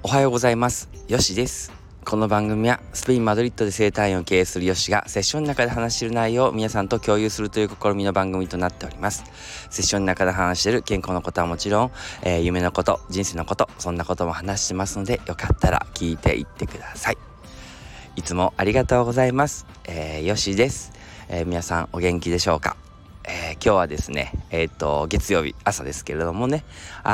おはようございます。よしです。この番組はスペイン・マドリッドで整体院を経営するよしがセッションの中で話している内容を皆さんと共有するという試みの番組となっております。セッションの中で話している健康のことはもちろん、夢のこと、人生のこと、そんなことも話してますので、よかったら聞いていってください。いつもありがとうございます。よしです。皆さんお元気でしょうか。今日はですね、月曜日朝ですけれどもね、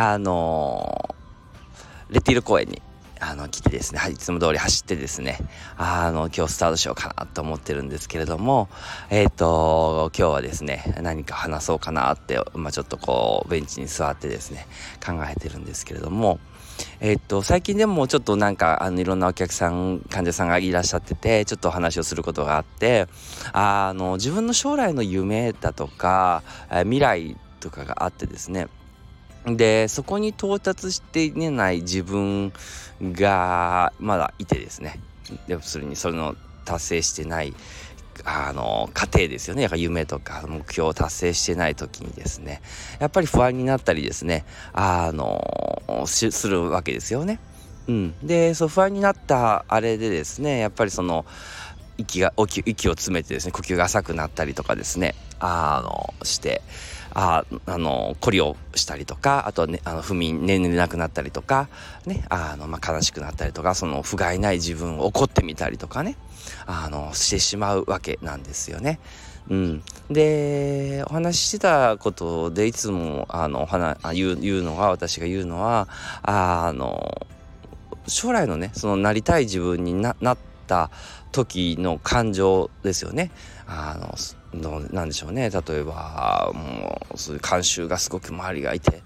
レティール公園に来てですね、いつも通り走ってですね、今日スタートしようかなと思ってるんですけれども、今日はですね、何か話そうかなって、ちょっとこうベンチに座ってですね考えてるんですけれども、最近でもちょっとなんかいろんなお客さん、患者さんがいらっしゃってて、ちょっとお話をすることがあって、自分の将来の夢だとか未来とかがあってですね、でそこに到達していない自分がまだいてですね、要するにそれの達成してない過程ですよね。夢とか目標を達成してない時にですね、やっぱり不安になったりですね、するわけですよね。で不安になったあれでですね、やっぱりその息を詰めてですね、呼吸が浅くなったりとかですね、して孤立をしたりとか、あとはね、寝れなくなったりとかね、悲しくなったりとか、その不甲斐ない自分を怒ってみたりとかね、してしまうわけなんですよね。でお話ししてたことでいつも私が言うのは将来のね、そのなりたい自分になった時の感情ですよね。なんでしょうね、例えばもうそういう慣習がすごく周りがいて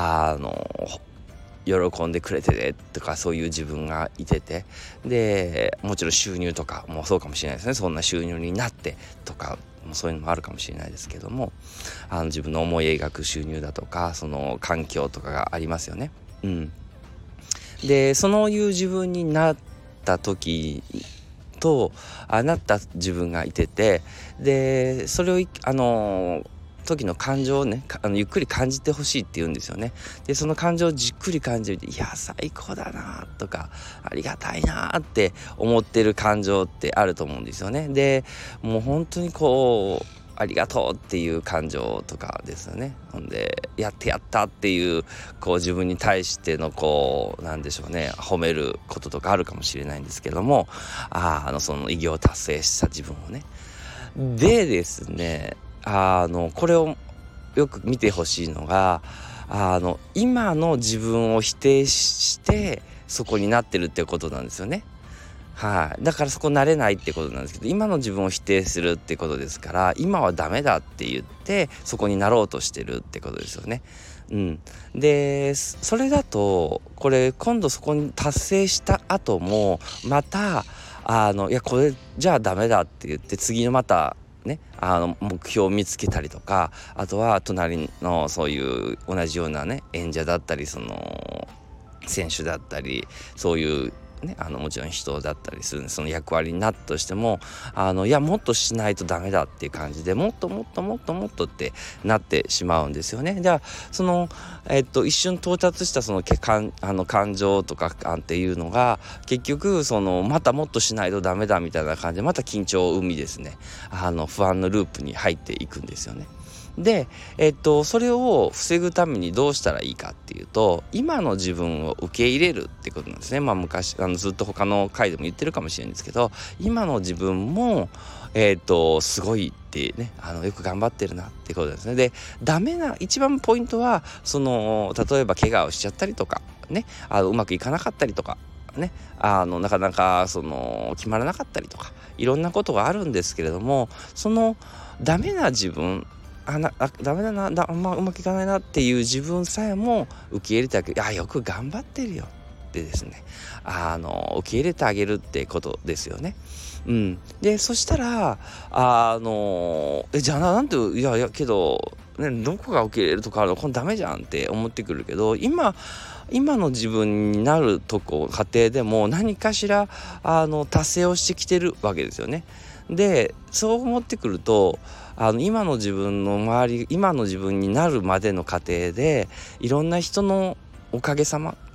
喜んでくれててとか、そういう自分がいてて、でもちろん収入とかもそうかもしれないですね。そんな収入になってとかそういうのもあるかもしれないですけども、自分の思い描く収入だとか、その環境とかがありますよね。でそういう自分になった時となった自分がいてて、でそれを時の感情をね、ゆっくり感じてほしいって言うんですよね。でその感情をじっくり感じて、いや最高だなとかありがたいなって思ってる感情ってあると思うんですよね。でもう本当にこうありがとうっていう感情とかですよね。ほんでやったっていう自分に対してのなんでしょうね、褒めることとかあるかもしれないんですけども、その偉業を達成した自分をね。でですね、これをよく見てほしいのが、今の自分を否定してそこになってるってことなんですよね。だからそこ慣れないってことなんですけど、今の自分を否定するってことですから、今はダメだって言ってそこになろうとしてるってことですよね。でそれだとこれ今度そこに達成した後もまたいやこれじゃあダメだって言って次のまたね、目標を見つけたりとか、あとは隣のそういう同じようなね演者だったり、その選手だったり、そういうね、もちろん人だったりするんで、その役割になったとしてもいやもっとしないとダメだっていう感じで、もっとってなってしまうんですよね。じゃあその、一瞬到達したその感情とかっていうのが結局そのまたもっとしないとダメだみたいな感じで、また緊張を生みですね、不安のループに入っていくんですよね。で、それを防ぐためにどうしたらいいかっていうと、今の自分を受け入れるってことなんですね。昔ずっと他の回でも言ってるかもしれないんですけど、今の自分もすごいってね、よく頑張ってるなってことですね。で一番ポイントは例えば怪我をしちゃったりとかね、うまくいかなかったりとかね、なかなか決まらなかったりとか、いろんなことがあるんですけれども、そのダメな自分、ダメだな、あんまうまくいかないなっていう自分さえも受け入れてあげる。よく頑張ってるよってですね、受け入れてあげるってことですよね。でそしたらじゃあなんていやけど、ね、どこが受け入れるとかあるの、これダメじゃんって思ってくるけど、今の自分になる過程でも何かしら達成をしてきてるわけですよね。でそう思ってくると今の自分の周り、今の自分になるまでの過程でいろんな人のおかげさまっ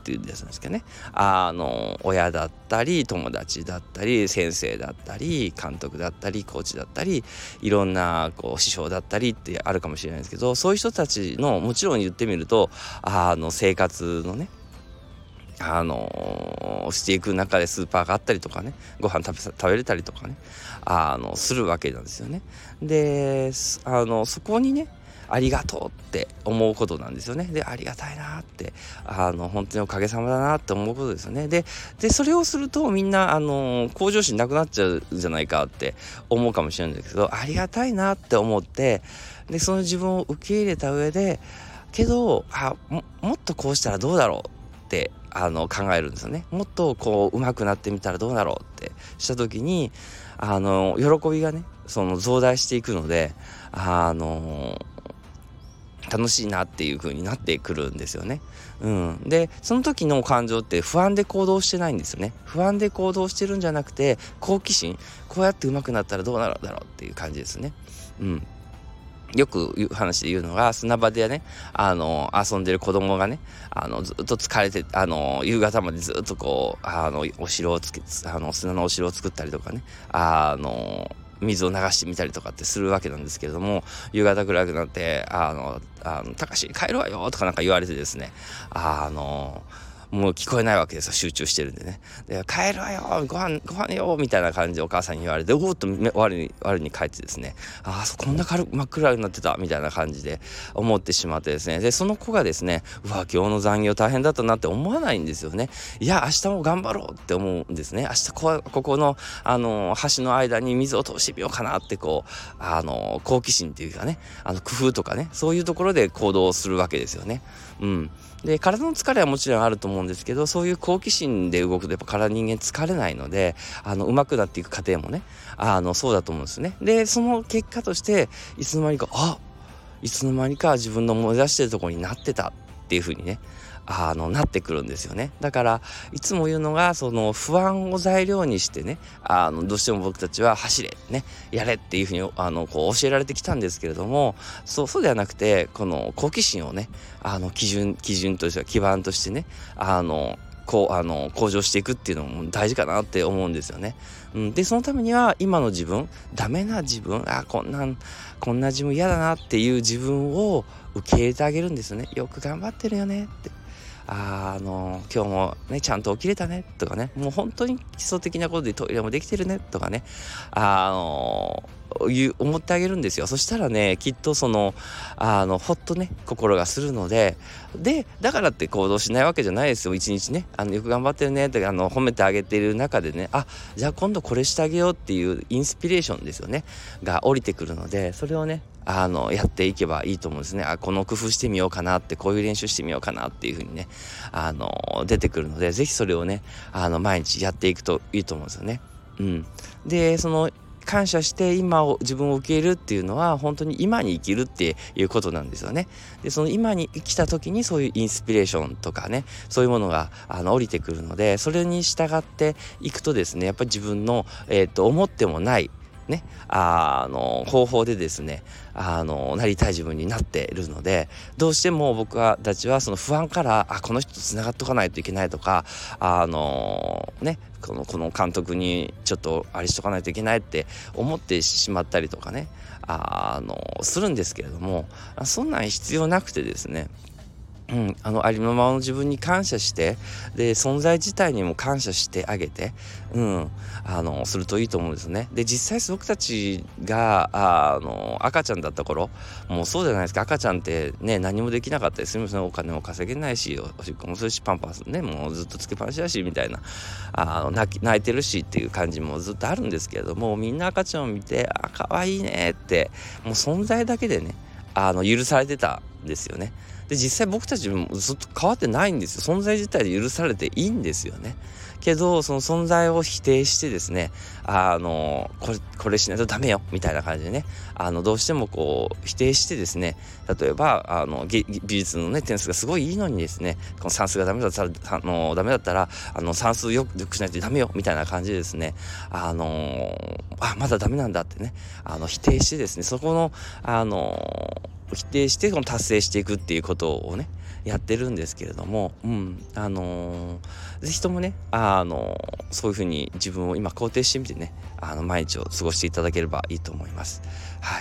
っていうんですけどね、親だったり友達だったり先生だったり監督だったりコーチだったりいろんな師匠だったりってあるかもしれないですけど、そういう人たちのもちろん言ってみると生活のねしていく中でスーパーがあったりとかね、ご飯食べれたりとかねするわけなんですよね。でそこにねありがとうって思うことなんですよね。でありがたいなって本当におかげさまだなって思うことですよね。でそれをするとみんな向上心なくなっちゃうんじゃないかって思うかもしれないんですけど、ありがたいなって思ってでその自分を受け入れた上でけどもっとこうしたらどうだろうって考えるんですよね。もっと上手くなってみたらどうだろうってした時に喜びがね増大していくので楽しいなっていう風になってくるんですよね。でその時の感情って不安で行動してないんですよね。不安で行動してるんじゃなくて好奇心、こうやって上手くなったらどうなるだろうっていう感じですね。よく話で言うのが砂場でね遊んでる子供がねずっと疲れて夕方までずっとお城を砂のお城を作ったりとかね水を流してみたりとかってするわけなんですけれども、夕方暗くなってたかし帰るわよとかなんか言われてですねもう聞こえないわけですよ、集中してるんでね。で帰るわよご飯よみたいな感じでお母さんに言われておーっと我に返ってですねこんな真っ暗になってたみたいな感じで思ってしまってですね、でその子がですね今日の残業大変だったなって思わないんですよね。いや明日も頑張ろうって思うんですね。明日ここの橋の間に水を通してみようかなって好奇心っていうかね工夫とかねそういうところで行動するわけですよね。で体の疲れはもちろんあると思うんですけど、そういう好奇心で動くとやっぱ人間疲れないので上手くなっていく過程もねそうだと思うんですね。でその結果としていつの間にか自分の目指してるところになってたっていう風にねなってくるんですよね。だからいつも言うのが不安を材料にしてねどうしても僕たちは走れねやれっていうふうに教えられてきたんですけれども、そうではなくてこの好奇心をね基準としては基盤としてね向上していくっていうのも大事かなって思うんですよね。でそのためには今の自分ダメな自分こんな自分嫌だなっていう自分を受け入れてあげるんですよね。よく頑張ってるよねって今日もねちゃんと起きれたねとかね、もう本当に基礎的なことでトイレもできてるねとかね思ってあげるんですよ。そしたらねきっとほっとね心がするのでだからって行動しないわけじゃないですよ。一日ねよく頑張ってるねって褒めてあげている中でねじゃあ今度これしてあげようっていうインスピレーションですよねが降りてくるので、それをねやっていけばいいと思うんですね。この工夫してみようかなって、こういう練習してみようかなっていう風にね出てくるので、ぜひそれをね毎日やっていくといいと思うんですよね。で感謝して今を自分を受け入れるっていうのは本当に今に生きるっていうことなんですよね。でその今に生きた時にそういうインスピレーションとかねそういうものが降りてくるので、それに従っていくとですねやっぱり自分の、思ってもないね方法でですねなりたい自分になっているので、どうしても僕たちはその不安からこの人とつながっとかないといけないとかこの監督にちょっとあれしとかないといけないって思ってしまったりとかねするんですけれども、そんなん必要なくてですねありのままの自分に感謝してで存在自体にも感謝してあげてするといいと思うんですね。で実際僕たちが赤ちゃんだった頃もうそうじゃないですか。赤ちゃんってね何もできなかったりするんですね。お金も稼げないしおしっこもするしパンパスねもうずっとつけっぱなしだしみたいな泣いてるしっていう感じもずっとあるんですけれども、みんな赤ちゃんを見て可愛いねってもう存在だけでね許されてたんですよね。で実際僕たちもずっと変わってないんですよ。存在自体で許されていいんですよね。けどその存在を否定してですねこれしないとダメよみたいな感じでねどうしても否定してですね、例えば美術のね点数がすごいいいのにですねこの算数がダメだったらダメだったら算数よくしないとダメよみたいな感じでですねまだダメなんだってね否定してですねそこの否定して達成していくっていうことをねやってるんですけれども、ぜひともね、そういうふうに自分を今肯定してみてね、毎日を過ごしていただければいいと思います。はい。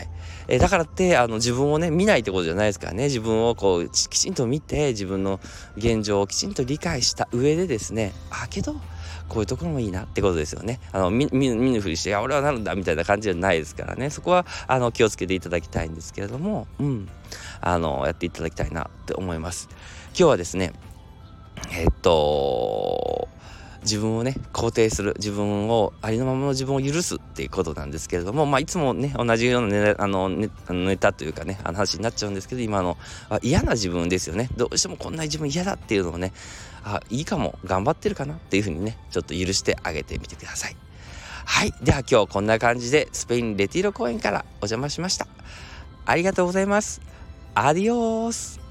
だからって自分をね見ないってことじゃないですからね。自分をこうきちんと見て、自分の現状をきちんと理解した上でですね、けどこういうところもいいなってことですよね。見ぬふりして、いや俺はなるんだみたいな感じじゃないですからね。そこは気をつけていただきたいんですけれども、やっていただきたいなって思います。今日はですね、自分をね肯定する、自分をありのままの自分を許すっていうことなんですけれども、いつもね同じようなネタというかね話になっちゃうんですけど、今の嫌な自分ですよね。どうしてもこんな自分嫌だっていうのをね、いいかも、頑張ってるかなっていうふうにねちょっと許してあげてみてください。はい。では今日こんな感じでスペインレティーロ公園からお邪魔しました。ありがとうございます。アディオース。